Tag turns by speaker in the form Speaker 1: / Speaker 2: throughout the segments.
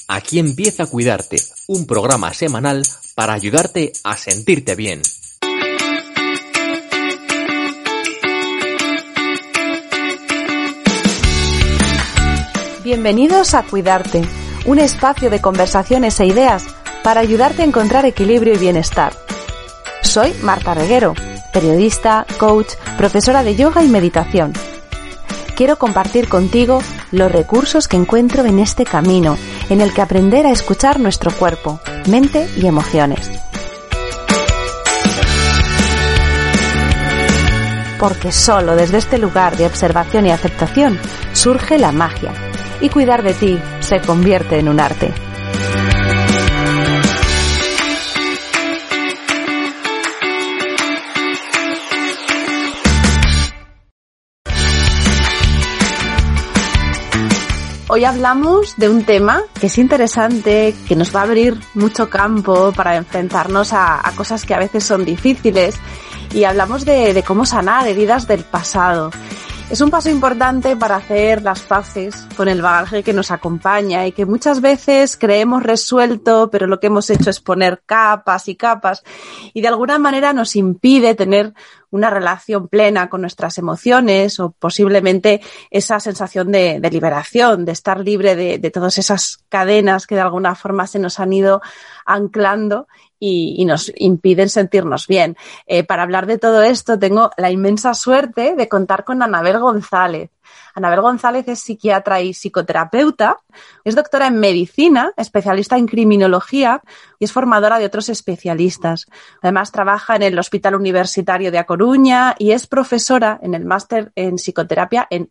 Speaker 1: Aquí empieza Cuidarte, un programa semanal para ayudarte a sentirte bien.
Speaker 2: Bienvenidos a Cuidarte, un espacio de conversaciones e ideas para ayudarte a encontrar equilibrio y bienestar. Soy Marta Reguero, periodista, coach, profesora de yoga y meditación. Quiero compartir contigo los recursos que encuentro en este camino, en el que aprender a escuchar nuestro cuerpo, mente y emociones. Porque solo desde este lugar de observación y aceptación surge la magia, y cuidar de ti se convierte en un arte. Hoy hablamos de un tema que es interesante, que nos va a abrir mucho campo para enfrentarnos a cosas que a veces son difíciles, y hablamos de cómo sanar heridas del pasado. Es un paso importante para hacer las paces con el bagaje que nos acompaña y que muchas veces creemos resuelto, pero lo que hemos hecho es poner capas y capas y de alguna manera nos impide tener una relación plena con nuestras emociones o posiblemente esa sensación de liberación, de estar libre de todas esas cadenas que de alguna forma se nos han ido anclando y nos impiden sentirnos bien. Para hablar de todo esto tengo la inmensa suerte de contar con Anabel González. Anabel González es psiquiatra y psicoterapeuta, es doctora en medicina, especialista en criminología y es formadora de otros especialistas. Además trabaja en el Hospital Universitario de A Coruña y es profesora en el máster en psicoterapia en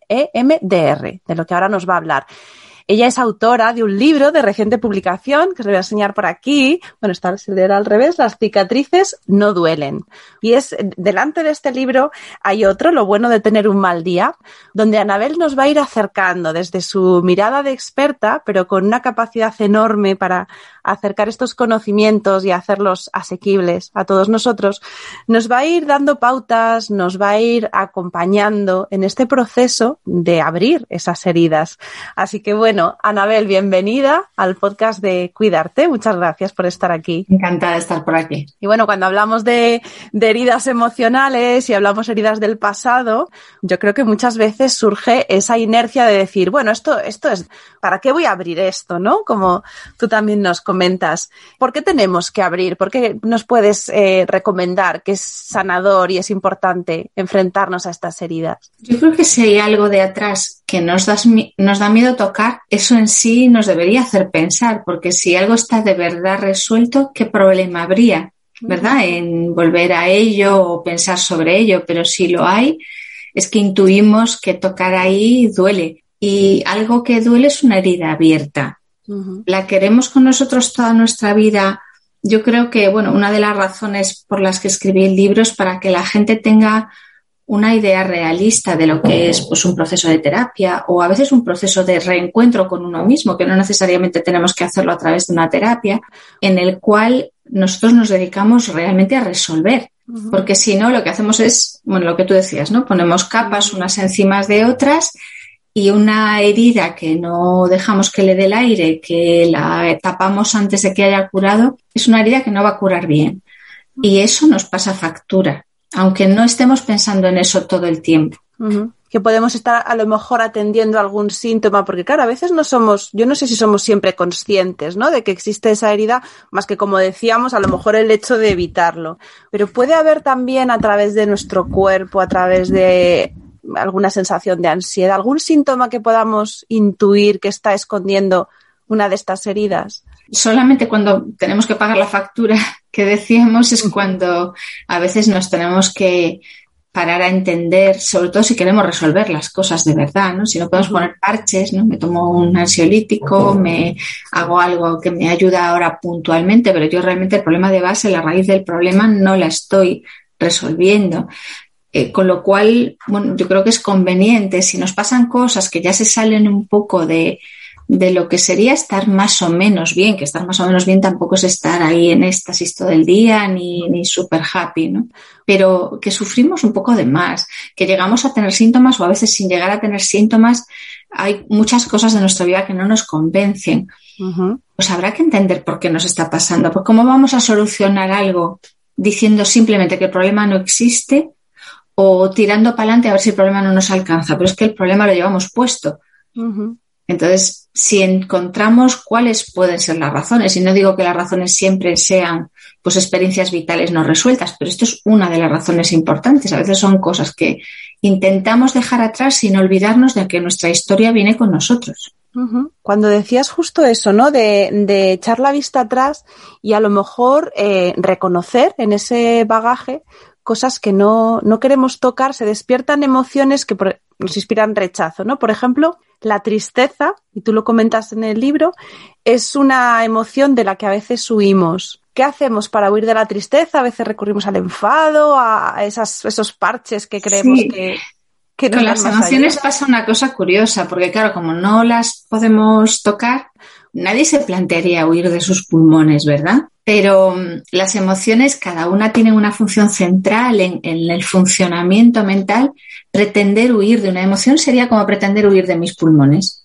Speaker 2: EMDR, de lo que ahora nos va a hablar. Ella es autora de un libro de reciente publicación, que os lo voy a enseñar por aquí. Bueno, se leerá al revés, Las cicatrices no duelen. Y delante de este libro hay otro, Lo bueno de tener un mal día, donde Anabel nos va a ir acercando desde su mirada de experta, pero con una capacidad enorme para acercar estos conocimientos y hacerlos asequibles a todos nosotros. Nos va a ir dando pautas, nos va a ir acompañando en este proceso de abrir esas heridas. Así que bueno, Anabel, bienvenida al podcast de Cuidarte. Muchas gracias por estar aquí.
Speaker 3: Encantada de estar por aquí.
Speaker 2: Y bueno, cuando hablamos de heridas emocionales y hablamos de heridas del pasado, yo creo que muchas veces surge esa inercia de decir, bueno, esto es, ¿para qué voy a abrir esto, no? Como tú también nos comentas. ¿Por qué tenemos que abrir? ¿Por qué nos puedes recomendar que es sanador y es importante enfrentarnos a estas heridas?
Speaker 3: Yo creo que si hay algo de atrás que nos da miedo tocar, eso en sí nos debería hacer pensar, porque si algo está de verdad resuelto, ¿qué problema habría, verdad, en volver a ello o pensar sobre ello? Pero si lo hay, es que intuimos que tocar ahí duele, y algo que duele es una herida abierta. La queremos con nosotros toda nuestra vida. Yo creo que, bueno, una de las razones por las que escribí el libro es para que la gente tenga una idea realista de lo que es, pues, un proceso de terapia o a veces un proceso de reencuentro con uno mismo, que no necesariamente tenemos que hacerlo a través de una terapia, en el cual nosotros nos dedicamos realmente a resolver. Porque si no, lo que hacemos es, bueno, lo que tú decías, ¿no? Ponemos capas unas encima de otras, y una herida que no dejamos que le dé el aire, que la tapamos antes de que haya curado, es una herida que no va a curar bien. Y eso nos pasa factura, aunque no estemos pensando en eso todo el tiempo.
Speaker 2: Que podemos estar a lo mejor atendiendo algún síntoma, porque claro, a veces yo no sé si somos siempre conscientes, ¿no?, de que existe esa herida, más que, como decíamos, a lo mejor el hecho de evitarlo. Pero puede haber también a través de nuestro cuerpo, a través de alguna sensación de ansiedad, algún síntoma que podamos intuir que está escondiendo una de estas heridas.
Speaker 3: Solamente cuando tenemos que pagar la factura que decíamos es cuando a veces nos tenemos que parar a entender, sobre todo si queremos resolver las cosas de verdad, ¿no? Si no podemos poner parches, ¿no? Me tomo un ansiolítico, me hago algo que me ayuda ahora puntualmente, pero yo realmente el problema de base, la raíz del problema, no la estoy resolviendo. Con lo cual, bueno, yo creo que es conveniente, si nos pasan cosas que ya se salen un poco de lo que sería estar más o menos bien, que estar más o menos bien tampoco es estar ahí en éxtasis todo el día ni super happy, ¿no? Pero que sufrimos un poco de más, que llegamos a tener síntomas o a veces sin llegar a tener síntomas hay muchas cosas de nuestra vida que no nos convencen. Pues habrá que entender por qué nos está pasando. Pues ¿cómo vamos a solucionar algo diciendo simplemente que el problema no existe o tirando para adelante a ver si el problema no nos alcanza? Pero es que el problema lo llevamos puesto. Entonces, si encontramos cuáles pueden ser las razones, y no digo que las razones siempre sean pues experiencias vitales no resueltas, pero esto es una de las razones importantes. A veces son cosas que intentamos dejar atrás sin olvidarnos de que nuestra historia viene con nosotros.
Speaker 2: Cuando decías justo eso, ¿no? De echar la vista atrás y a lo mejor reconocer en ese bagaje cosas que no queremos tocar, se despiertan emociones que nos inspiran rechazo, ¿no? Por ejemplo, la tristeza, y tú lo comentas en el libro, es una emoción de la que a veces huimos. ¿Qué hacemos para huir de la tristeza? A veces recurrimos al enfado, a esos parches que creemos que nos
Speaker 3: con las emociones ayuda. Pasa una cosa curiosa, porque claro, como no las podemos tocar, nadie se plantearía huir de sus pulmones, ¿verdad? Pero las emociones, cada una tiene una función central en el funcionamiento mental. Pretender huir de una emoción sería como pretender huir de mis pulmones.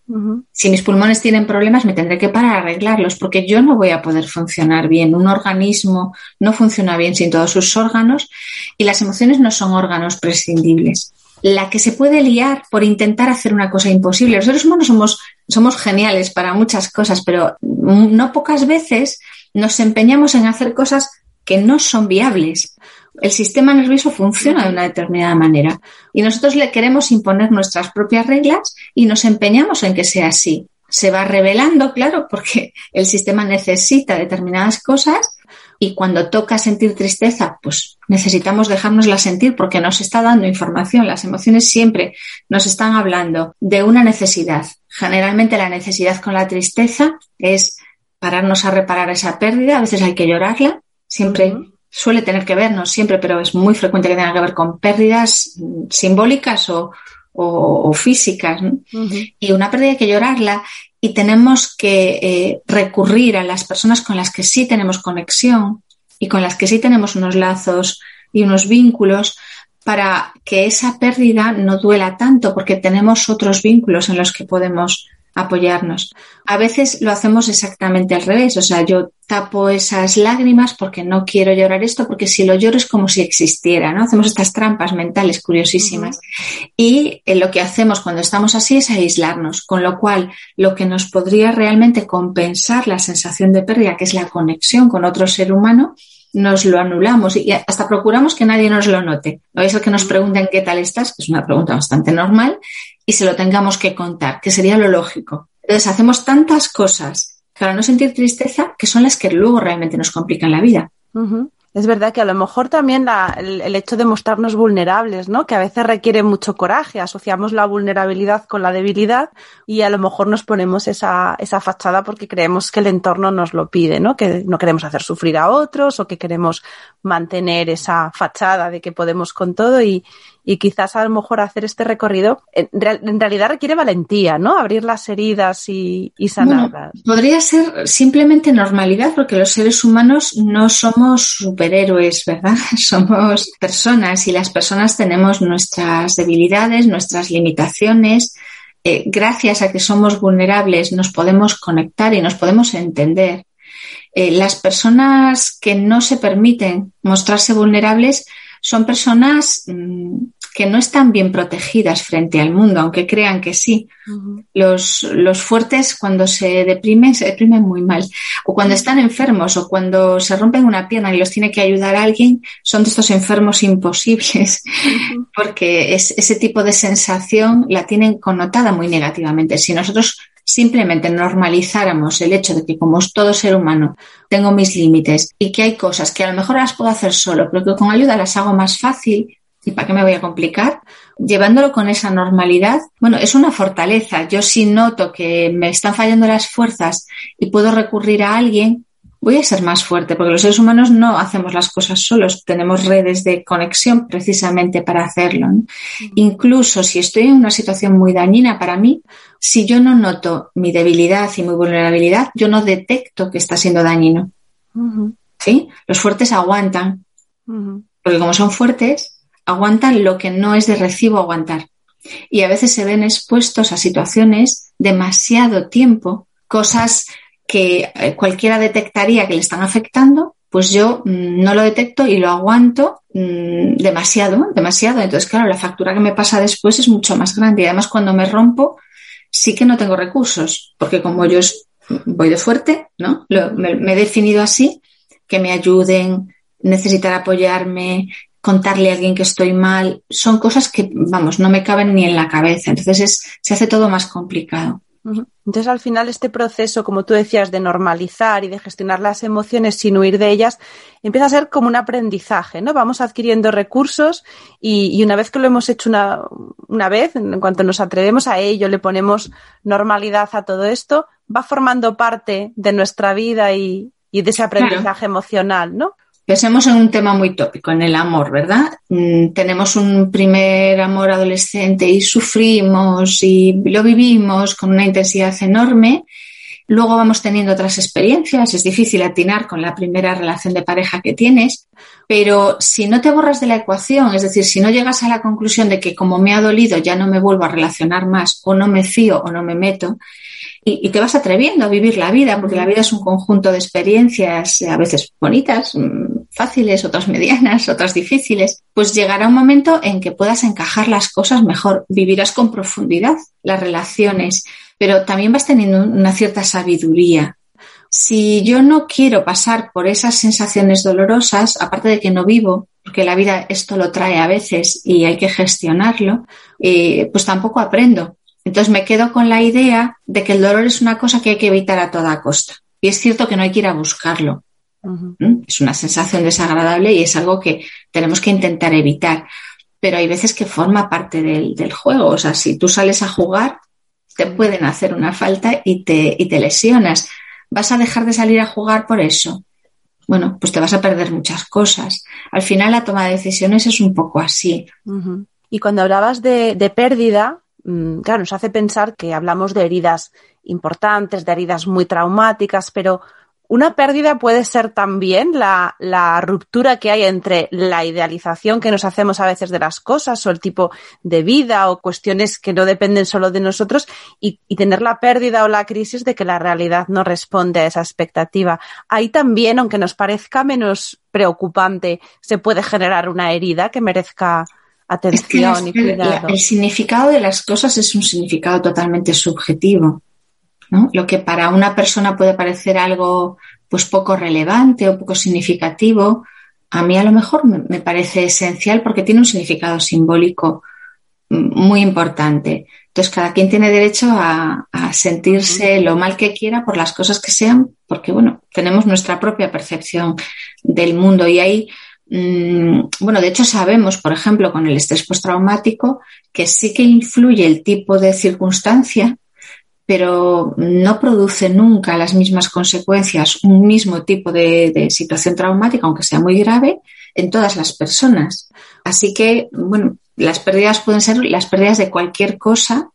Speaker 3: Si mis pulmones tienen problemas, me tendré que parar a arreglarlos, porque yo no voy a poder funcionar bien. Un organismo no funciona bien sin todos sus órganos, y las emociones no son órganos prescindibles. La que se puede liar por intentar hacer una cosa imposible. Los seres humanos somos geniales para muchas cosas, pero no pocas veces nos empeñamos en hacer cosas que no son viables. El sistema nervioso funciona de una determinada manera y nosotros le queremos imponer nuestras propias reglas y nos empeñamos en que sea así. Se va revelando, claro, porque el sistema necesita determinadas cosas y cuando toca sentir tristeza, pues necesitamos dejárnosla sentir porque nos está dando información. Las emociones siempre nos están hablando de una necesidad. Generalmente la necesidad con la tristeza es pararnos a reparar esa pérdida. A veces hay que llorarla. Siempre suele tener que ver, no siempre, pero es muy frecuente que tenga que ver con pérdidas simbólicas o físicas, ¿no? Y una pérdida hay que llorarla y tenemos que recurrir a las personas con las que sí tenemos conexión y con las que sí tenemos unos lazos y unos vínculos para que esa pérdida no duela tanto, porque tenemos otros vínculos en los que podemos apoyarnos. A veces lo hacemos exactamente al revés, o sea, yo tapo esas lágrimas porque no quiero llorar esto, porque si lo lloro es como si existiera, ¿no? Hacemos estas trampas mentales curiosísimas. Y lo que hacemos cuando estamos así es aislarnos, con lo cual lo que nos podría realmente compensar la sensación de pérdida, que es la conexión con otro ser humano, nos lo anulamos y hasta procuramos que nadie nos lo note. No es el que nos pregunten qué tal estás, que es una pregunta bastante normal, y se lo tengamos que contar, que sería lo lógico. Entonces hacemos tantas cosas para no sentir tristeza que son las que luego realmente nos complican la vida.
Speaker 2: Es verdad que a lo mejor también el hecho de mostrarnos vulnerables, ¿no? Que a veces requiere mucho coraje, asociamos la vulnerabilidad con la debilidad y a lo mejor nos ponemos esa fachada porque creemos que el entorno nos lo pide, ¿no? Que no queremos hacer sufrir a otros o que queremos mantener esa fachada de que podemos con todo y quizás a lo mejor hacer este recorrido en realidad requiere valentía, ¿no? Abrir las heridas y sanarlas.
Speaker 3: Bueno, podría ser simplemente normalidad, porque los seres humanos no somos superhéroes, ¿verdad? Somos personas y las personas tenemos nuestras debilidades, nuestras limitaciones. Gracias a que somos vulnerables nos podemos conectar y nos podemos entender. Las personas que no se permiten mostrarse vulnerables son personas que no están bien protegidas frente al mundo, aunque crean que sí. Los fuertes cuando se deprimen muy mal. O cuando están enfermos o cuando se rompen una pierna y los tiene que ayudar a alguien, son de estos enfermos imposibles. Porque ese tipo de sensación la tienen connotada muy negativamente. Si nosotros simplemente normalizáramos el hecho de que como todo ser humano tengo mis límites y que hay cosas que a lo mejor las puedo hacer solo, pero que con ayuda las hago más fácil, ¿y para qué me voy a complicar? Llevándolo con esa normalidad, bueno, es una fortaleza. Yo si noto que me están fallando las fuerzas y puedo recurrir a alguien, voy a ser más fuerte, porque los seres humanos no hacemos las cosas solos, tenemos redes de conexión precisamente para hacerlo, ¿no? Incluso si estoy en una situación muy dañina para mí, si yo no noto mi debilidad y mi vulnerabilidad, yo no detecto que está siendo dañino. ¿Sí? Los fuertes aguantan, porque como son fuertes, aguantan lo que no es de recibo aguantar. y a veces se ven expuestos a situaciones demasiado tiempo, cosas que cualquiera detectaría que le están afectando, pues yo no lo detecto y lo aguanto demasiado. Entonces, claro, la factura que me pasa después es mucho más grande y además cuando me rompo sí que no tengo recursos, porque como yo voy de fuerte, ¿no? Me he definido así, que me ayuden, necesitar apoyarme, contarle a alguien que estoy mal, son cosas que, vamos, no me caben ni en la cabeza. Entonces se hace todo más complicado.
Speaker 2: Entonces, al final, este proceso, como tú decías, de normalizar y de gestionar las emociones sin huir de ellas, empieza a ser como un aprendizaje, ¿no? Vamos adquiriendo recursos y una vez que lo hemos hecho una vez, en cuanto nos atrevemos a ello, le ponemos normalidad a todo esto, va formando parte de nuestra vida y de ese aprendizaje emocional, ¿no?
Speaker 3: Pensemos en un tema muy tópico, en el amor, ¿verdad? Tenemos un primer amor adolescente y sufrimos y lo vivimos con una intensidad enorme. Luego vamos teniendo otras experiencias, es difícil atinar con la primera relación de pareja que tienes, pero si no te borras de la ecuación, es decir, si no llegas a la conclusión de que como me ha dolido ya no me vuelvo a relacionar más o no me fío o no me meto, y te vas atreviendo a vivir la vida, porque la vida es un conjunto de experiencias, a veces bonitas, fáciles, otras medianas, otras difíciles, pues llegará un momento en que puedas encajar las cosas mejor, vivirás con profundidad las relaciones, pero también vas teniendo una cierta sabiduría. Si yo no quiero pasar por esas sensaciones dolorosas, aparte de que no vivo, porque la vida esto lo trae a veces y hay que gestionarlo, pues tampoco aprendo. Entonces me quedo con la idea de que el dolor es una cosa que hay que evitar a toda costa. Y es cierto que no hay que ir a buscarlo. Uh-huh. Es una sensación desagradable y es algo que tenemos que intentar evitar. Pero hay veces que forma parte del juego. O sea, si tú sales a jugar, te pueden hacer una falta y te lesionas. ¿Vas a dejar de salir a jugar por eso? Bueno, pues te vas a perder muchas cosas. Al final la toma de decisiones es un poco así.
Speaker 2: Uh-huh. Y cuando hablabas de pérdida, claro, nos hace pensar que hablamos de heridas importantes, de heridas muy traumáticas, pero una pérdida puede ser también la ruptura que hay entre la idealización que nos hacemos a veces de las cosas o el tipo de vida o cuestiones que no dependen solo de nosotros y tener la pérdida o la crisis de que la realidad no responde a esa expectativa. Ahí también, aunque nos parezca menos preocupante, se puede generar una herida que merezca atención y cuidado.
Speaker 3: El significado de las cosas es un significado totalmente subjetivo, ¿no? Lo que para una persona puede parecer algo pues poco relevante o poco significativo, a mí a lo mejor me parece esencial porque tiene un significado simbólico muy importante. Entonces cada quien tiene derecho a sentirse lo mal que quiera por las cosas que sean, porque bueno, tenemos nuestra propia percepción del mundo y hay bueno, de hecho sabemos, por ejemplo, con el estrés postraumático, que sí que influye el tipo de circunstancia, pero no produce nunca las mismas consecuencias, un mismo tipo de situación traumática, aunque sea muy grave, en todas las personas. Así que, bueno, las pérdidas pueden ser las pérdidas de cualquier cosa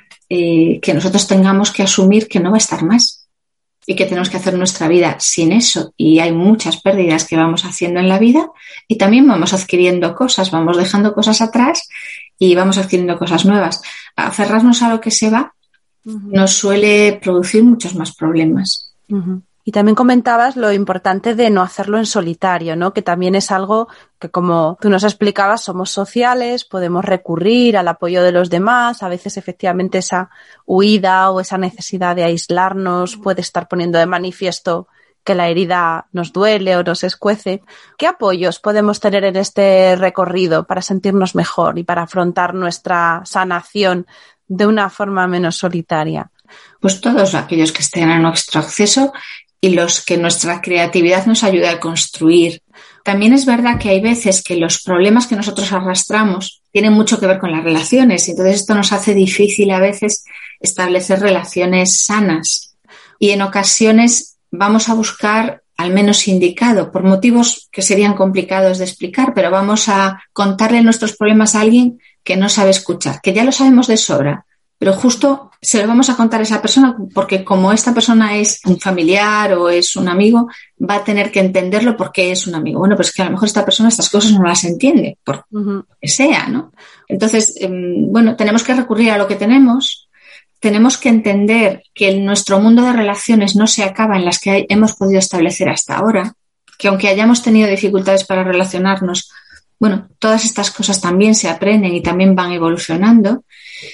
Speaker 3: que nosotros tengamos que asumir que no va a estar más. Y que tenemos que hacer nuestra vida sin eso. Y hay muchas pérdidas que vamos haciendo en la vida y también vamos adquiriendo cosas, vamos dejando cosas atrás y vamos adquiriendo cosas nuevas. Aferrarnos a lo que se va nos suele producir muchos más problemas.
Speaker 2: Uh-huh. Y también comentabas lo importante de no hacerlo en solitario, ¿no? Que también es algo que, como tú nos explicabas, somos sociales, podemos recurrir al apoyo de los demás. A veces, efectivamente, esa huida o esa necesidad de aislarnos puede estar poniendo de manifiesto que la herida nos duele o nos escuece. ¿Qué apoyos podemos tener en este recorrido para sentirnos mejor y para afrontar nuestra sanación de una forma menos solitaria?
Speaker 3: Pues todos aquellos que estén a nuestro acceso y los que nuestra creatividad nos ayude a construir. También es verdad que hay veces que los problemas que nosotros arrastramos tienen mucho que ver con las relaciones, y entonces esto nos hace difícil a veces establecer relaciones sanas. Y en ocasiones vamos a buscar al menos indicado, por motivos que serían complicados de explicar, pero vamos a contarle nuestros problemas a alguien que no sabe escuchar, que ya lo sabemos de sobra, pero justo se lo vamos a contar a esa persona porque como esta persona es un familiar o es un amigo, va a tener que entenderlo porque es un amigo. Bueno, pues que a lo mejor esta persona estas cosas no las entiende, por que sea, ¿no? Entonces, bueno, tenemos que recurrir a lo que tenemos que entender que nuestro mundo de relaciones no se acaba en las que hemos podido establecer hasta ahora, que aunque hayamos tenido dificultades para relacionarnos, bueno, todas estas cosas también se aprenden y también van evolucionando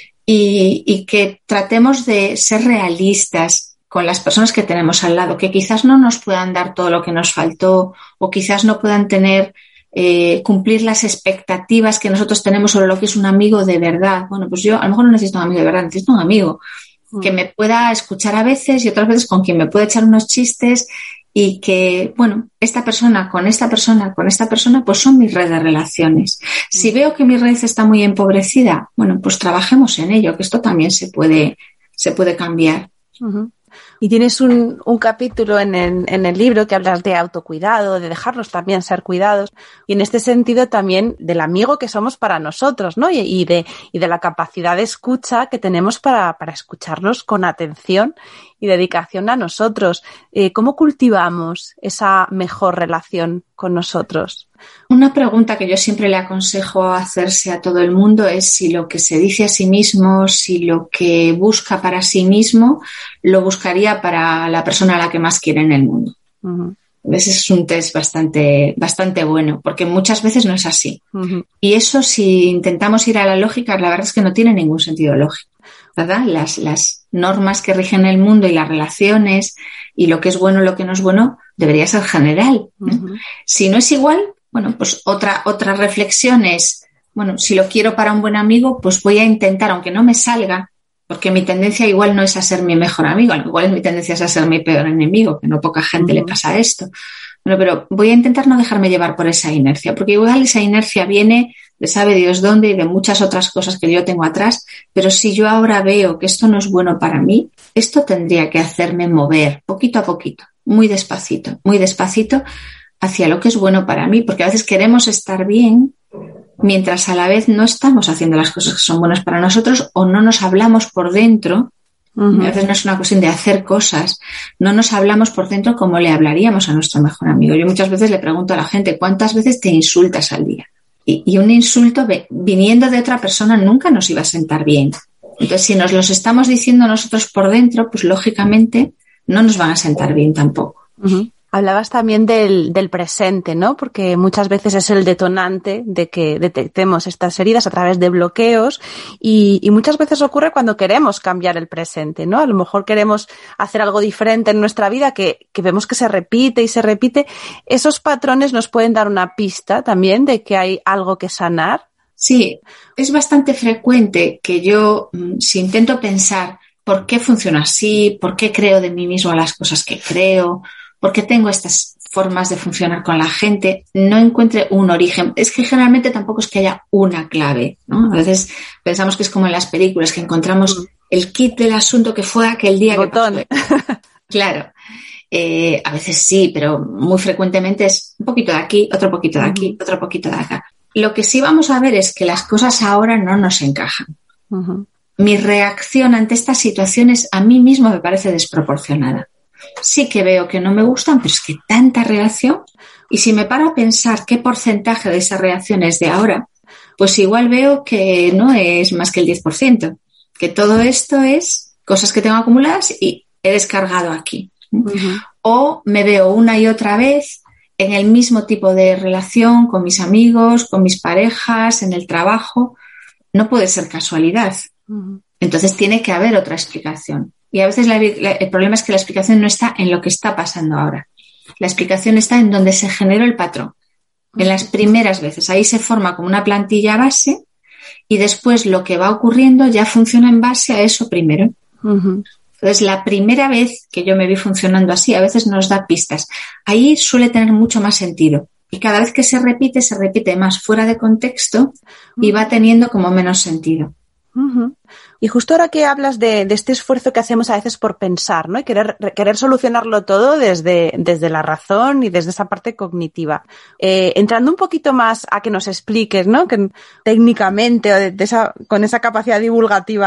Speaker 3: y que tratemos de ser realistas con las personas que tenemos al lado, que quizás no nos puedan dar todo lo que nos faltó o quizás no puedan tener cumplir las expectativas que nosotros tenemos sobre lo que es un amigo de verdad. Bueno, pues yo a lo mejor no necesito un amigo de verdad, necesito un amigo que me pueda escuchar a veces y otras veces con quien me pueda echar unos chistes y que, bueno, esta persona, pues son mi red de relaciones. Si veo que mi red está muy empobrecida, bueno, pues trabajemos en ello, que esto también se puede cambiar.
Speaker 2: Uh-huh. Y tienes un capítulo en el libro que hablas de autocuidado, de dejarlos también ser cuidados, y en este sentido también del amigo que somos para nosotros, ¿no? Y de la capacidad de escucha que tenemos para escucharnos con atención y dedicación a nosotros. ¿Cómo cultivamos esa mejor relación con nosotros?
Speaker 3: Una pregunta que yo siempre le aconsejo hacerse a todo el mundo es si lo que se dice a sí mismo, si lo que busca para sí mismo, lo buscaría para la persona a la que más quiere en el mundo. Uh-huh. Ese es un test bastante bueno, porque muchas veces no es así. Uh-huh. Y eso, si intentamos ir a la lógica, la verdad es que no tiene ningún sentido lógico, ¿verdad? Las normas que rigen el mundo y las relaciones y lo que es bueno y lo que no es bueno debería ser general, ¿no? Uh-huh. Si no es igual, bueno, pues otra reflexión es, bueno, si lo quiero para un buen amigo, pues voy a intentar, aunque no me salga, porque mi tendencia igual no es a ser mi mejor amigo, igual mi tendencia es a ser mi peor enemigo, que no poca gente le pasa esto. Bueno, pero voy a intentar no dejarme llevar por esa inercia, porque igual esa inercia viene de sabe Dios dónde y de muchas otras cosas que yo tengo atrás, pero si yo ahora veo que esto no es bueno para mí, esto tendría que hacerme mover poquito a poquito, muy despacito, hacia lo que es bueno para mí, porque a veces queremos estar bien mientras a la vez no estamos haciendo las cosas que son buenas para nosotros o no nos hablamos por dentro. Uh-huh. A veces no es una cuestión de hacer cosas, no nos hablamos por dentro como le hablaríamos a nuestro mejor amigo. Yo muchas veces le pregunto a la gente, ¿cuántas veces te insultas al día? Y un insulto viniendo de otra persona nunca nos iba a sentar bien. Entonces, si nos los estamos diciendo nosotros por dentro, pues lógicamente no nos van a sentar bien tampoco.
Speaker 2: Uh-huh. Hablabas también del presente, ¿no? Porque muchas veces es el detonante de que detectemos estas heridas a través de bloqueos y muchas veces ocurre cuando queremos cambiar el presente, ¿no? A lo mejor queremos hacer algo diferente en nuestra vida que vemos que se repite y se repite. Esos patrones nos pueden dar una pista también de que hay algo que sanar.
Speaker 3: Sí, es bastante frecuente que yo, si intento pensar por qué funciona así, por qué creo de mí mismo las cosas que creo, porque tengo estas formas de funcionar con la gente, no encuentre un origen. Es que generalmente tampoco es que haya una clave, ¿no? A veces pensamos que es como en las películas, que encontramos el kit del asunto que fue aquel día
Speaker 2: botón.
Speaker 3: Que pasó. Claro. A veces sí, pero muy frecuentemente es un poquito de aquí, otro poquito de aquí, otro poquito de acá. Lo que sí vamos a ver es que las cosas ahora no nos encajan. Uh-huh. Mi reacción ante estas situaciones a mí mismo me parece desproporcionada. Sí que veo que no me gustan, pero es que tanta reacción. Y si me paro a pensar qué porcentaje de esa reacción es de ahora, pues igual veo que no es más que el 10%. Que todo esto es cosas que tengo acumuladas y he descargado aquí. Uh-huh. O me veo una y otra vez en el mismo tipo de relación con mis amigos, con mis parejas, en el trabajo. No puede ser casualidad. Uh-huh. Entonces tiene que haber otra explicación. Y a veces el problema es que la explicación no está en lo que está pasando ahora. La explicación está en donde se generó el patrón. En las primeras veces. Ahí se forma como una plantilla base y después lo que va ocurriendo ya funciona en base a eso primero. Uh-huh. Entonces, la primera vez que yo me vi funcionando así, a veces nos da pistas. Ahí suele tener mucho más sentido. Y cada vez que se repite más fuera de contexto y va teniendo como menos sentido.
Speaker 2: Uh-huh. Y justo ahora que hablas de este esfuerzo que hacemos a veces por pensar, ¿no? Y querer solucionarlo todo desde la razón y desde esa parte cognitiva. Entrando un poquito más a que nos expliques, ¿no? Que técnicamente o con esa capacidad divulgativa,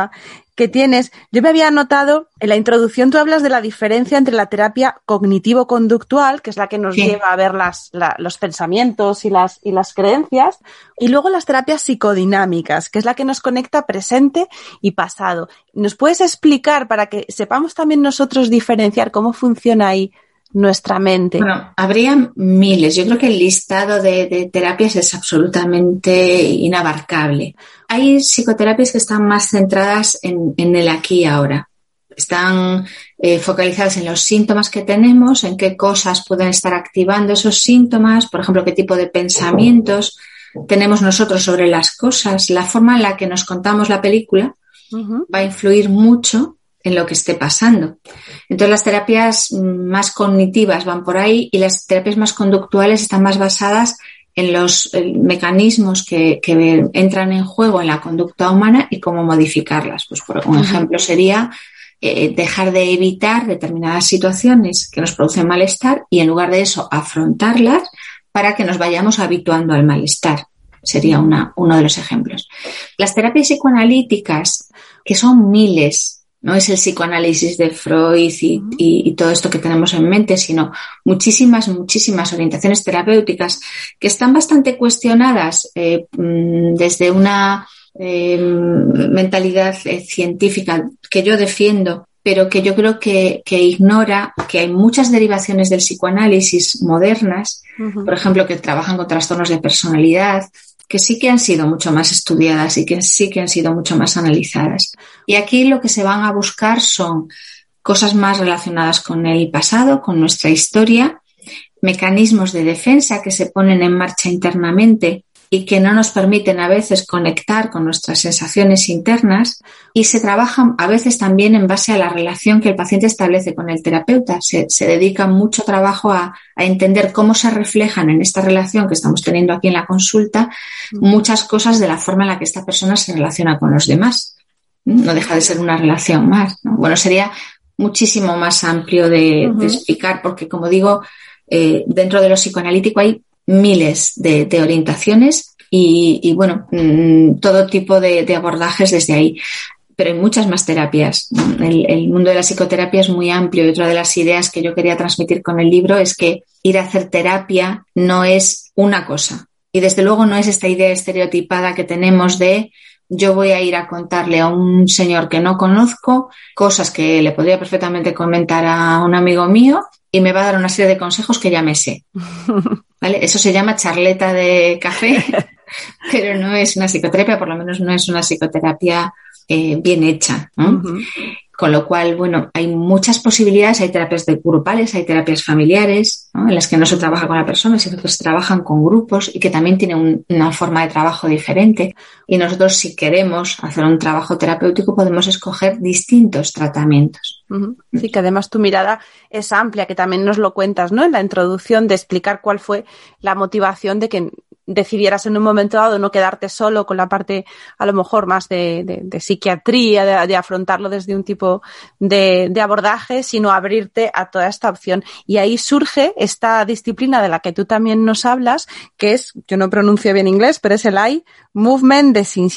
Speaker 2: que tienes. Yo me había notado, en la introducción tú hablas de la diferencia entre la terapia cognitivo-conductual, que es la que nos lleva a ver los pensamientos y las creencias, y luego las terapias psicodinámicas, que es la que nos conecta presente y pasado. ¿Nos puedes explicar para que sepamos también nosotros diferenciar cómo funciona ahí nuestra mente?
Speaker 3: Bueno, habría miles. Yo creo que el listado de terapias es absolutamente inabarcable. Hay psicoterapias que están más centradas en el aquí y ahora. Están focalizadas en los síntomas que tenemos, en qué cosas pueden estar activando esos síntomas, por ejemplo, qué tipo de pensamientos tenemos nosotros sobre las cosas. La forma en la que nos contamos la película va a influir mucho en lo que esté pasando. Entonces las terapias más cognitivas van por ahí y las terapias más conductuales están más basadas en los mecanismos que entran en juego en la conducta humana y cómo modificarlas. Pues por un ejemplo sería dejar de evitar determinadas situaciones que nos producen malestar y en lugar de eso afrontarlas para que nos vayamos habituando al malestar. Sería uno de los ejemplos. Las terapias psicoanalíticas, que son miles, no es el psicoanálisis de Freud y todo esto que tenemos en mente, sino muchísimas orientaciones terapéuticas que están bastante cuestionadas desde una mentalidad científica que yo defiendo, pero que yo creo que ignora que hay muchas derivaciones del psicoanálisis modernas, por ejemplo, que trabajan con trastornos de personalidad, que sí que han sido mucho más estudiadas y que sí que han sido mucho más analizadas. Y aquí lo que se van a buscar son cosas más relacionadas con el pasado, con nuestra historia, mecanismos de defensa que se ponen en marcha internamente y que no nos permiten a veces conectar con nuestras sensaciones internas, y se trabajan a veces también en base a la relación que el paciente establece con el terapeuta. Se dedica mucho trabajo a entender cómo se reflejan en esta relación que estamos teniendo aquí en la consulta muchas cosas de la forma en la que esta persona se relaciona con los demás. No deja de ser una relación más, ¿no? Bueno, sería muchísimo más amplio de explicar, porque como digo, dentro de lo psicoanalítico hay miles de orientaciones y bueno, todo tipo de abordajes desde ahí. Pero hay muchas más terapias. El mundo de la psicoterapia es muy amplio y otra de las ideas que yo quería transmitir con el libro es que ir a hacer terapia no es una cosa. Y desde luego no es esta idea estereotipada que tenemos de yo voy a ir a contarle a un señor que no conozco cosas que le podría perfectamente comentar a un amigo mío y me va a dar una serie de consejos que ya me sé. ¿Vale? Eso se llama charleta de café, pero no es una psicoterapia, por lo menos no es una psicoterapia bien hecha, ¿no? Con lo cual, bueno, hay muchas posibilidades, hay terapias grupales, hay terapias familiares, ¿no? En las que no se trabaja con la persona, sino que se trabajan con grupos y que también tienen una forma de trabajo diferente. Y nosotros, si queremos hacer un trabajo terapéutico, podemos escoger distintos tratamientos.
Speaker 2: Sí, que además tu mirada es amplia, que también nos lo cuentas, ¿no? En la introducción, de explicar cuál fue la motivación de que decidieras en un momento dado no quedarte solo con la parte a lo mejor más de psiquiatría, de afrontarlo desde un tipo de abordaje, sino abrirte a toda esta opción. Y ahí surge esta disciplina de la que tú también nos hablas, que es, yo no pronuncio bien inglés, pero es el Eye Movement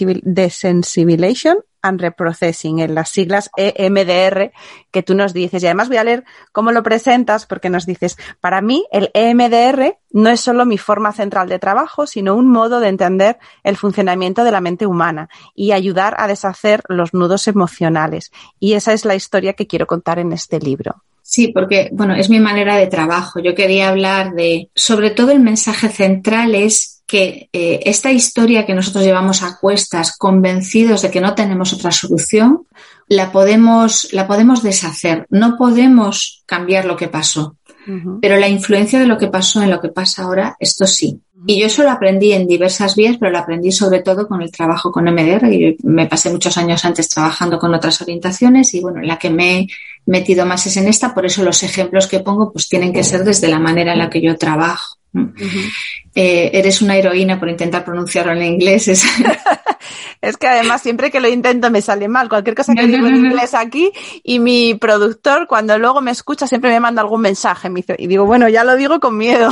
Speaker 2: Desensibilization and Reprocessing, en las siglas EMDR que tú nos dices. Y además voy a leer cómo lo presentas, porque nos dices: para mí el EMDR no es solo mi forma central de trabajo, sino un modo de entender el funcionamiento de la mente humana y ayudar a deshacer los nudos emocionales. Y esa es la historia que quiero contar en este libro.
Speaker 3: Sí, porque, bueno, es mi manera de trabajo. Yo quería hablar sobre todo el mensaje central es que esta historia que nosotros llevamos a cuestas, convencidos de que no tenemos otra solución, la podemos deshacer. No podemos cambiar lo que pasó, pero la influencia de lo que pasó en lo que pasa ahora, esto sí. Y yo eso lo aprendí en diversas vías, pero lo aprendí sobre todo con el trabajo con MDR. Y me pasé muchos años antes trabajando con otras orientaciones y, bueno, la que me he metido más es en esta. Por eso los ejemplos que pongo pues tienen que ser desde la manera en la que yo trabajo. Eres una heroína por intentar pronunciarlo en inglés.
Speaker 2: Es que además siempre que lo intento me sale mal. Cualquier cosa que digo en inglés aquí, y mi productor cuando luego me escucha siempre me manda algún mensaje y digo, bueno, ya lo digo con miedo.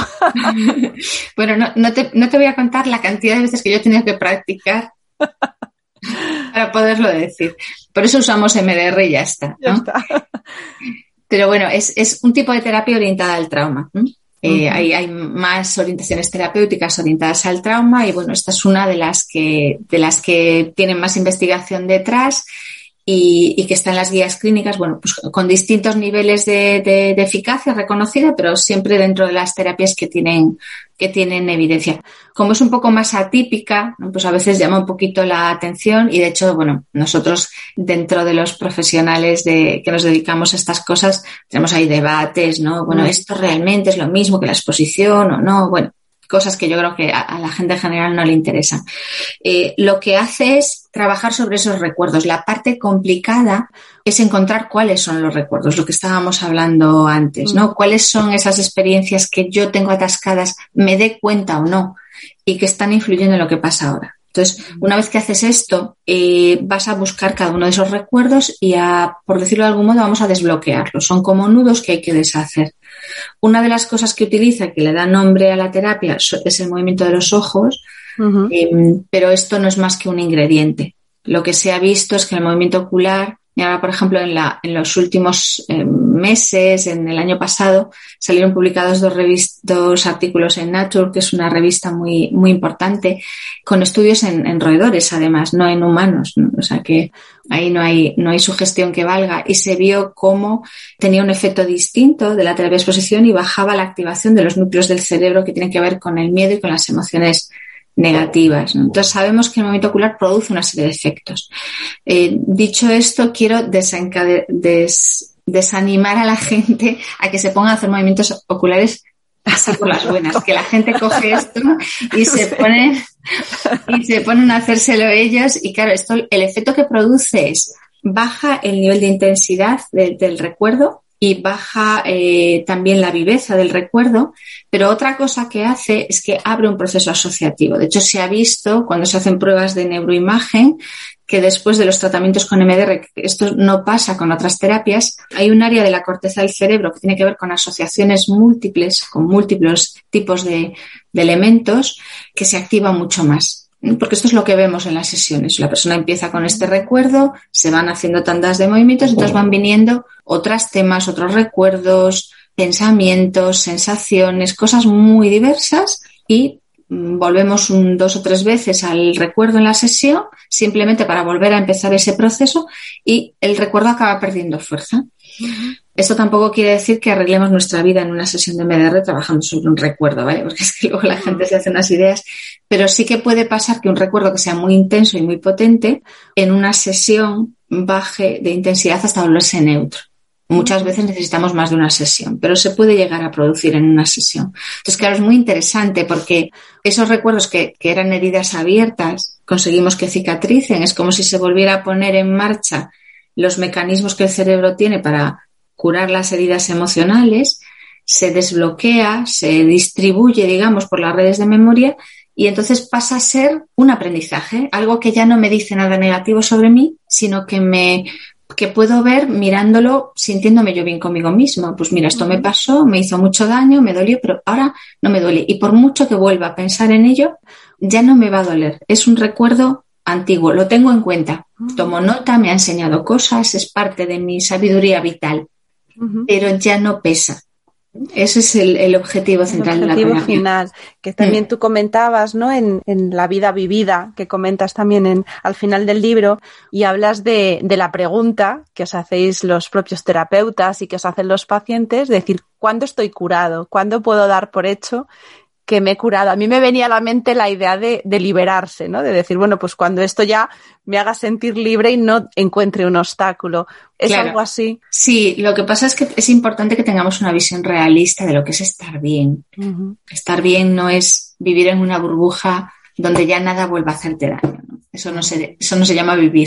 Speaker 3: Bueno, no te voy a contar la cantidad de veces que yo he tenido que practicar. para poderlo decir. Por eso usamos MDR y ya está, ¿no?
Speaker 2: Ya está.
Speaker 3: Pero bueno, es un tipo de terapia orientada al trauma. Hay más orientaciones terapéuticas orientadas al trauma y bueno, esta es una de las que tienen más investigación detrás y que está en las guías clínicas, bueno, pues con distintos niveles de eficacia reconocida, pero siempre dentro de las terapias que tienen evidencia. Como es un poco más atípica, pues a veces llama un poquito la atención y de hecho, bueno, nosotros dentro de los profesionales que nos dedicamos a estas cosas tenemos ahí debates, ¿no? Bueno, ¿esto realmente es lo mismo que la exposición o no? Bueno, cosas que yo creo que a la gente en general no le interesan. Lo que hace es trabajar sobre esos recuerdos. La parte complicada es encontrar cuáles son los recuerdos, lo que estábamos hablando antes, ¿no? Cuáles son esas experiencias que yo tengo atascadas, me dé cuenta o no, y que están influyendo en lo que pasa ahora. Entonces, una vez que haces esto, vas a buscar cada uno de esos recuerdos y por decirlo de algún modo, vamos a desbloquearlos. Son como nudos que hay que deshacer. Una de las cosas que utiliza, que le da nombre a la terapia, es el movimiento de los ojos, pero esto no es más que un ingrediente. Lo que se ha visto es que el movimiento ocular, y ahora, por ejemplo, en los últimos meses, en el año pasado, salieron publicados dos artículos en Nature, que es una revista muy, muy importante, con estudios en roedores, además, no en humanos, ¿no? O sea que ahí no hay sugestión que valga. Y se vio cómo tenía un efecto distinto de la terapia de exposición y bajaba la activación de los núcleos del cerebro que tienen que ver con el miedo y con las emociones negativas, ¿no? Entonces sabemos que el movimiento ocular produce una serie de efectos. Dicho esto, quiero desanimar a la gente a que se pongan a hacer movimientos oculares así por las buenas, que la gente coge esto y se ponen a hacérselo ellos y claro, esto, el efecto que produce es baja el nivel de intensidad del recuerdo y baja también la viveza del recuerdo, pero otra cosa que hace es que abre un proceso asociativo. De hecho, se ha visto cuando se hacen pruebas de neuroimagen que después de los tratamientos con MDR, esto no pasa con otras terapias, hay un área de la corteza del cerebro que tiene que ver con asociaciones múltiples, con múltiples tipos de elementos, que se activa mucho más. Porque esto es lo que vemos en las sesiones. La persona empieza con este recuerdo, se van haciendo tandas de movimientos, entonces van viniendo otros temas, otros recuerdos, pensamientos, sensaciones, cosas muy diversas y volvemos 2 o 3 veces al recuerdo en la sesión simplemente para volver a empezar ese proceso y el recuerdo acaba perdiendo fuerza. Esto tampoco quiere decir que arreglemos nuestra vida en una sesión de MDR trabajando sobre un recuerdo, ¿vale? Porque es que luego la gente se hace unas ideas, pero sí que puede pasar que un recuerdo que sea muy intenso y muy potente en una sesión baje de intensidad hasta volverse neutro. Muchas veces necesitamos más de una sesión, pero se puede llegar a producir en una sesión. Entonces, claro, es muy interesante porque esos recuerdos que eran heridas abiertas, conseguimos que cicatricen. Es como si se volviera a poner en marcha los mecanismos que el cerebro tiene para curar las heridas emocionales, se desbloquea, se distribuye, digamos, por las redes de memoria y entonces pasa a ser un aprendizaje, algo que ya no me dice nada negativo sobre mí, sino que puedo ver mirándolo, sintiéndome yo bien conmigo misma. Pues mira, esto me pasó, me hizo mucho daño, me dolió, pero ahora no me duele. Y por mucho que vuelva a pensar en ello, ya no me va a doler. Es un recuerdo antiguo, lo tengo en cuenta. Tomo nota, me ha enseñado cosas, es parte de mi sabiduría vital, pero ya no pesa. Ese es el objetivo central de la terapia. El objetivo
Speaker 2: final, que también tú comentabas, ¿no? En la vida vivida, que comentas también al final del libro, y hablas de la pregunta que os hacéis los propios terapeutas y que os hacen los pacientes, de decir, ¿cuándo estoy curado? ¿Cuándo puedo dar por hecho que me he curado? A mí me venía a la mente la idea de liberarse, ¿no? De decir, bueno, pues cuando esto ya me haga sentir libre y no encuentre un obstáculo. ¿Es claro, algo así?
Speaker 3: Sí, lo que pasa es que es importante que tengamos una visión realista de lo que es estar bien. Estar bien no es vivir en una burbuja donde ya nada vuelva a hacerte daño, ¿no? Eso no se llama vivir,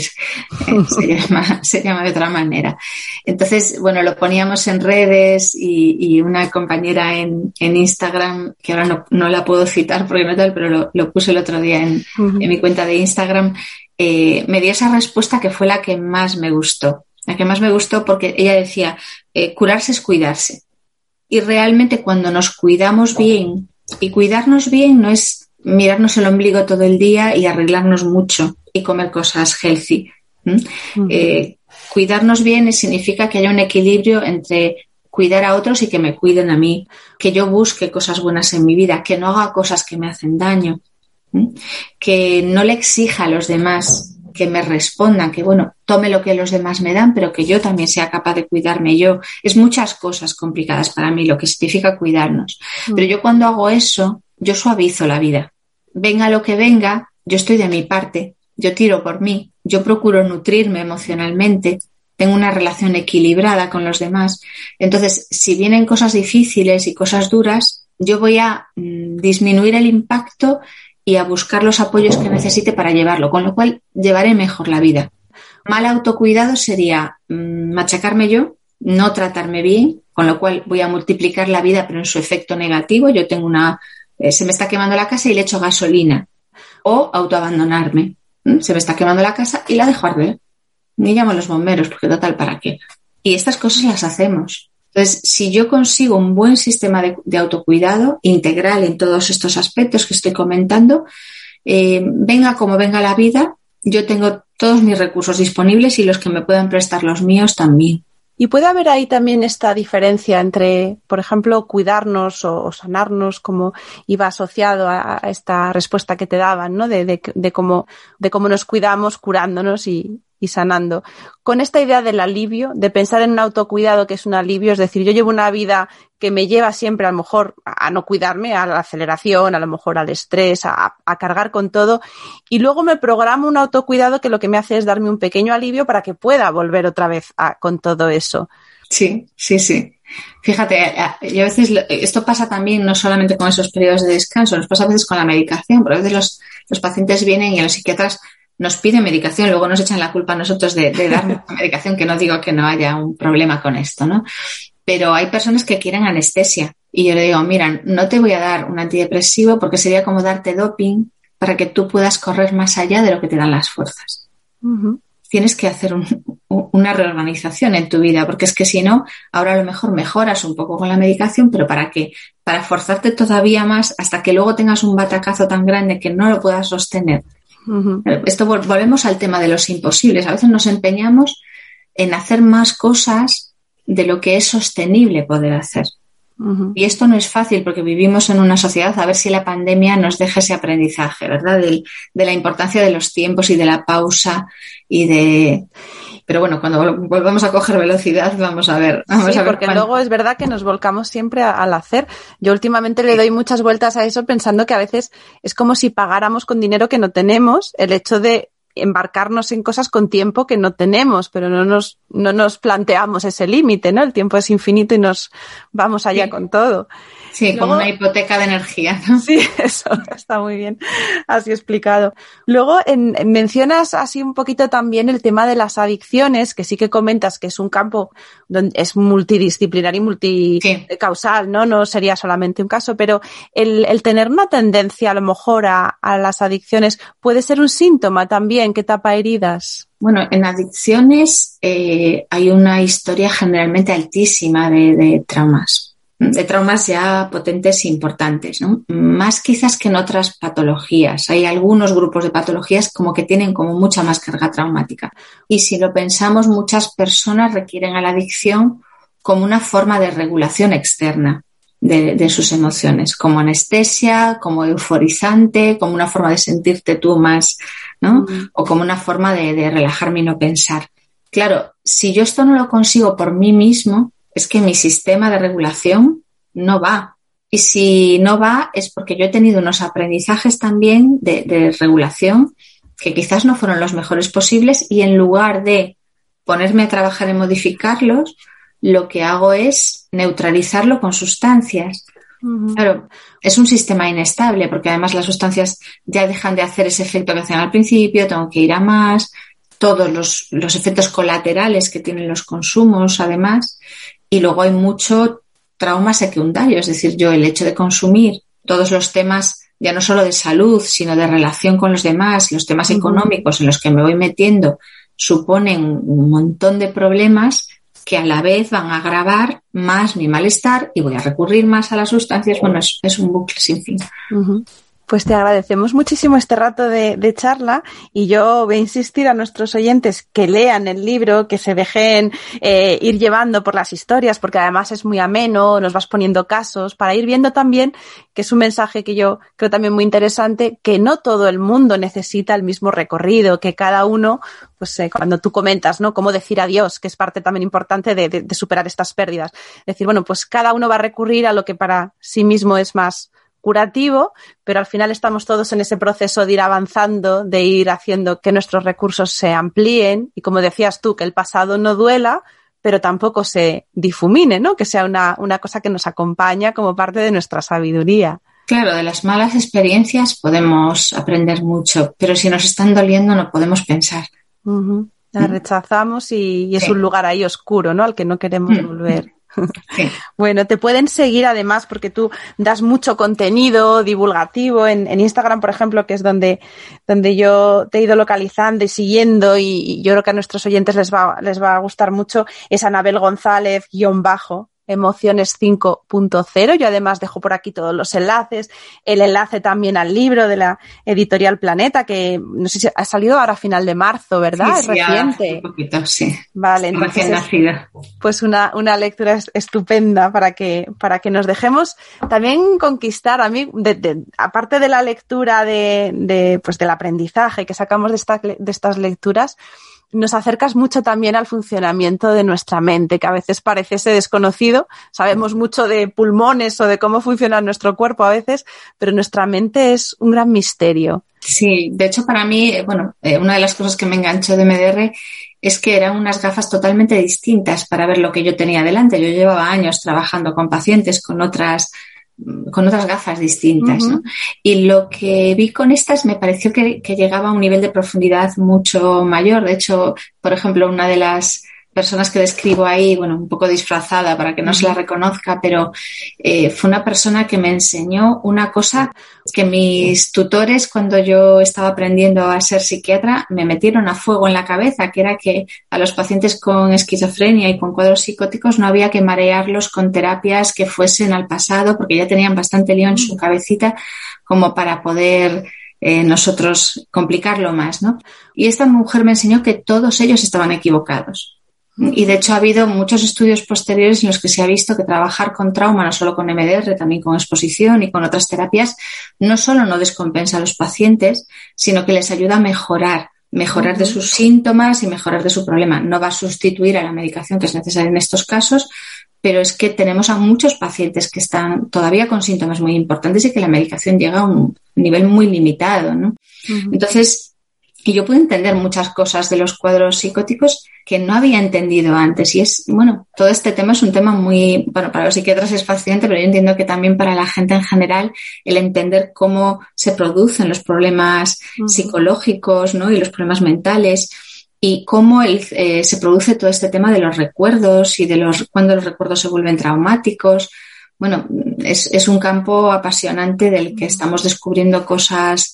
Speaker 3: se llama de otra manera. Entonces, bueno, lo poníamos en redes y una compañera en Instagram, que ahora no la puedo citar porque no tal, pero lo puse el otro día en mi cuenta de Instagram, me dio esa respuesta que fue la que más me gustó. La que más me gustó porque ella decía, curarse es cuidarse. Y realmente cuando nos cuidamos bien, y cuidarnos bien no es mirarnos el ombligo todo el día y arreglarnos mucho y comer cosas healthy. Cuidarnos bien significa que haya un equilibrio entre cuidar a otros y que me cuiden a mí, que yo busque cosas buenas en mi vida, que no haga cosas que me hacen daño, que no le exija a los demás que me respondan, que bueno, tome lo que los demás me dan, pero que yo también sea capaz de cuidarme yo. Es muchas cosas complicadas para mí lo que significa cuidarnos. Pero yo cuando hago eso, yo suavizo la vida. Venga lo que venga, yo estoy de mi parte, yo tiro por mí, yo procuro nutrirme emocionalmente, tengo una relación equilibrada con los demás. Entonces, si vienen cosas difíciles y cosas duras, yo voy a disminuir el impacto y a buscar los apoyos que necesite para llevarlo, con lo cual llevaré mejor la vida. Mal autocuidado sería machacarme yo, no tratarme bien, con lo cual voy a multiplicar la vida, pero en su efecto negativo. Yo tengo se me está quemando la casa y le echo gasolina. O autoabandonarme. Se me está quemando la casa y la dejo arder. Ni llamo a los bomberos, porque total, ¿para qué? Y estas cosas las hacemos. Entonces, si yo consigo un buen sistema de autocuidado integral en todos estos aspectos que estoy comentando, venga como venga la vida, yo tengo todos mis recursos disponibles y los que me puedan prestar los míos también.
Speaker 2: Y puede haber ahí también esta diferencia entre, por ejemplo, cuidarnos o sanarnos, como iba asociado a esta respuesta que te daban, ¿no? De cómo nos cuidamos curándonos y sanando. Con esta idea del alivio, de pensar en un autocuidado que es un alivio, es decir, yo llevo una vida que me lleva siempre a lo mejor a no cuidarme, a la aceleración, a lo mejor al estrés, a cargar con todo, y luego me programo un autocuidado que lo que me hace es darme un pequeño alivio para que pueda volver otra vez con todo eso.
Speaker 3: Sí. Fíjate, yo a veces, esto pasa también no solamente con esos periodos de descanso, nos pasa a veces con la medicación, porque a veces los pacientes vienen y los psiquiatras nos piden medicación, luego nos echan la culpa a nosotros de darnos medicación, que no digo que no haya un problema con esto, ¿no? Pero hay personas que quieren anestesia y yo le digo, mira, no te voy a dar un antidepresivo porque sería como darte doping para que tú puedas correr más allá de lo que te dan las fuerzas. Uh-huh. Tienes que hacer una reorganización en tu vida, porque es que si no, ahora a lo mejor mejoras un poco con la medicación, pero ¿para qué? Para forzarte todavía más hasta que luego tengas un batacazo tan grande que no lo puedas sostener. Uh-huh. Esto volvemos al tema de los imposibles. A veces nos empeñamos en hacer más cosas de lo que es sostenible poder hacer. Uh-huh. Y esto no es fácil porque vivimos en una sociedad, a ver si la pandemia nos deja ese aprendizaje, ¿verdad? De la importancia de los tiempos y de la pausa Pero bueno, cuando volvamos a coger velocidad, vamos a ver.
Speaker 2: Porque luego es verdad que nos volcamos siempre al hacer. Yo últimamente le doy muchas vueltas a eso pensando que a veces es como si pagáramos con dinero que no tenemos el hecho de embarcarnos en cosas con tiempo que no tenemos, pero no nos planteamos ese límite, ¿no? El tiempo es infinito y nos vamos allá con todo.
Speaker 3: Sí, luego, como una hipoteca de energía, ¿no?
Speaker 2: Sí, eso está muy bien así explicado. Luego mencionas así un poquito también el tema de las adicciones, que sí que comentas que es un campo donde es multidisciplinar y multicausal, ¿no? No sería solamente un caso, pero el tener una tendencia a lo mejor a las adicciones puede ser un síntoma también que tapa heridas.
Speaker 3: Bueno, en adicciones hay una historia generalmente altísima de traumas ya potentes e importantes, ¿no? Más quizás que en otras patologías. Hay algunos grupos de patologías como que tienen como mucha más carga traumática. Y si lo pensamos, muchas personas requieren a la adicción como una forma de regulación externa de sus emociones, como anestesia, como euforizante, como una forma de sentirte tú más, ¿no? O como una forma de relajarme y no pensar. Claro, si yo esto no lo consigo por mí mismo, es que mi sistema de regulación no va. Y si no va es porque yo he tenido unos aprendizajes también de regulación que quizás no fueron los mejores posibles y en lugar de ponerme a trabajar en modificarlos, lo que hago es neutralizarlo con sustancias. Uh-huh. Claro, es un sistema inestable porque además las sustancias ya dejan de hacer ese efecto que hacían al principio, tengo que ir a más, todos los efectos colaterales que tienen los consumos además. Y luego hay mucho trauma secundario, es decir, yo el hecho de consumir todos los temas ya no solo de salud, sino de relación con los demás, los temas económicos en los que me voy metiendo, suponen un montón de problemas que a la vez van a agravar más mi malestar y voy a recurrir más a las sustancias. Bueno, es un bucle sin fin.
Speaker 2: Uh-huh. Pues te agradecemos muchísimo este rato de charla y yo voy a insistir a nuestros oyentes que lean el libro, que se dejen ir llevando por las historias, porque además es muy ameno, nos vas poniendo casos, para ir viendo también que es un mensaje que yo creo también muy interesante, que no todo el mundo necesita el mismo recorrido, que cada uno, pues cuando tú comentas, ¿no? Cómo decir adiós, que es parte también importante de superar estas pérdidas. Decir, bueno, pues cada uno va a recurrir a lo que para sí mismo es más curativo, pero al final estamos todos en ese proceso de ir avanzando, de ir haciendo que nuestros recursos se amplíen y, como decías tú, que el pasado no duela, pero tampoco se difumine, ¿no? Que sea una cosa que nos acompaña como parte de nuestra sabiduría.
Speaker 3: Claro, de las malas experiencias podemos aprender mucho, pero si nos están doliendo no podemos pensar.
Speaker 2: Uh-huh. La rechazamos y es un lugar ahí oscuro, ¿no? Al que no queremos volver.
Speaker 3: Sí.
Speaker 2: Bueno, te pueden seguir además porque tú das mucho contenido divulgativo en Instagram, por ejemplo, que es donde yo te he ido localizando y siguiendo, y yo creo que a nuestros oyentes les va a gustar mucho. Es Anabel González _ Emociones 5.0. Yo además dejo por aquí todos los enlaces, el enlace también al libro de la editorial Planeta, que no sé si ha salido ahora a final de marzo, ¿verdad?
Speaker 3: Sí,
Speaker 2: es reciente.
Speaker 3: Un poquito, sí.
Speaker 2: Vale, entonces
Speaker 3: recién nacida.
Speaker 2: Pues una lectura estupenda para que nos dejemos también conquistar. A mí, aparte de la lectura pues del aprendizaje que sacamos de estas lecturas, nos acercas mucho también al funcionamiento de nuestra mente, que a veces parece ese desconocido. Sabemos mucho de pulmones o de cómo funciona nuestro cuerpo a veces, pero nuestra mente es un gran misterio.
Speaker 3: Sí, de hecho para mí, una de las cosas que me enganchó de MDR es que eran unas gafas totalmente distintas para ver lo que yo tenía delante. Yo llevaba años trabajando con pacientes con otras gafas distintas, ¿no? Y lo que vi con estas me pareció que llegaba a un nivel de profundidad mucho mayor. De hecho, por ejemplo, una de las personas que describo ahí, un poco disfrazada para que no se la reconozca, pero fue una persona que me enseñó una cosa que mis tutores, cuando yo estaba aprendiendo a ser psiquiatra, me metieron a fuego en la cabeza, que era que a los pacientes con esquizofrenia y con cuadros psicóticos no había que marearlos con terapias que fuesen al pasado, porque ya tenían bastante lío en su cabecita como para poder nosotros complicarlo más, ¿no? Y esta mujer me enseñó que todos ellos estaban equivocados. Y de hecho ha habido muchos estudios posteriores en los que se ha visto que trabajar con trauma, no solo con MDR, también con exposición y con otras terapias, no solo no descompensa a los pacientes, sino que les ayuda a mejorar de sus síntomas y mejorar de su problema. No va a sustituir a la medicación que es necesaria en estos casos, pero es que tenemos a muchos pacientes que están todavía con síntomas muy importantes y que la medicación llega a un nivel muy limitado, ¿no? Entonces, y yo puedo entender muchas cosas de los cuadros psicóticos que no había entendido antes. Y todo este tema es un tema muy, para los psiquiatras es fascinante, pero yo entiendo que también para la gente en general el entender cómo se producen los problemas psicológicos, ¿no? Y los problemas mentales y cómo se produce todo este tema de los recuerdos y cuando los recuerdos se vuelven traumáticos. Es un campo apasionante del que estamos descubriendo cosas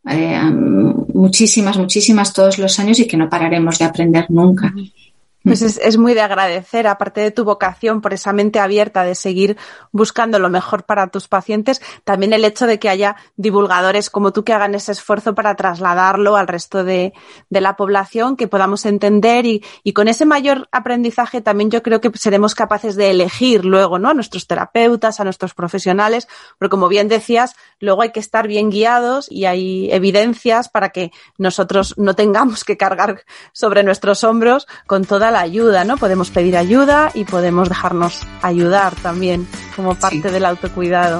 Speaker 3: muchísimas todos los años y que no pararemos de aprender nunca.
Speaker 2: Pues es muy de agradecer, aparte de tu vocación por esa mente abierta de seguir buscando lo mejor para tus pacientes, también el hecho de que haya divulgadores como tú que hagan ese esfuerzo para trasladarlo al resto de la población, que podamos entender y con ese mayor aprendizaje también yo creo que seremos capaces de elegir luego, ¿no? A nuestros terapeutas, a nuestros profesionales, porque como bien decías, luego hay que estar bien guiados y hay evidencias para que nosotros no tengamos que cargar sobre nuestros hombros con toda la ayuda, ¿no? Podemos pedir ayuda y podemos dejarnos ayudar también como parte del autocuidado.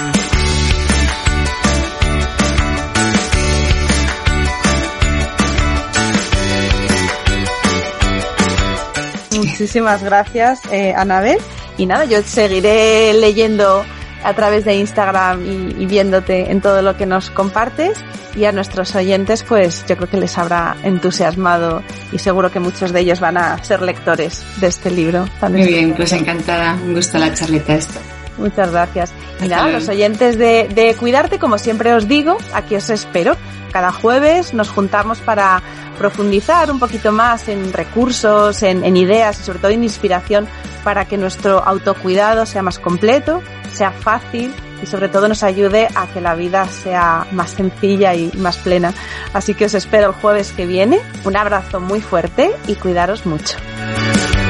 Speaker 2: Muchísimas gracias, Anabel. Y nada, yo seguiré leyendo a través de Instagram y viéndote en todo lo que nos compartes, y a nuestros oyentes pues yo creo que les habrá entusiasmado y seguro que muchos de ellos van a ser lectores de este libro.
Speaker 3: Muy bien, pues encantada, un gusto la charleta esta.
Speaker 2: Muchas gracias. Y nada, los oyentes de Cuidarte, como siempre os digo, aquí os espero. Cada jueves nos juntamos para profundizar un poquito más en recursos, en ideas y sobre todo en inspiración para que nuestro autocuidado sea más completo, sea fácil y sobre todo nos ayude a que la vida sea más sencilla y más plena. Así que os espero el jueves que viene. Un abrazo muy fuerte y cuidaros mucho.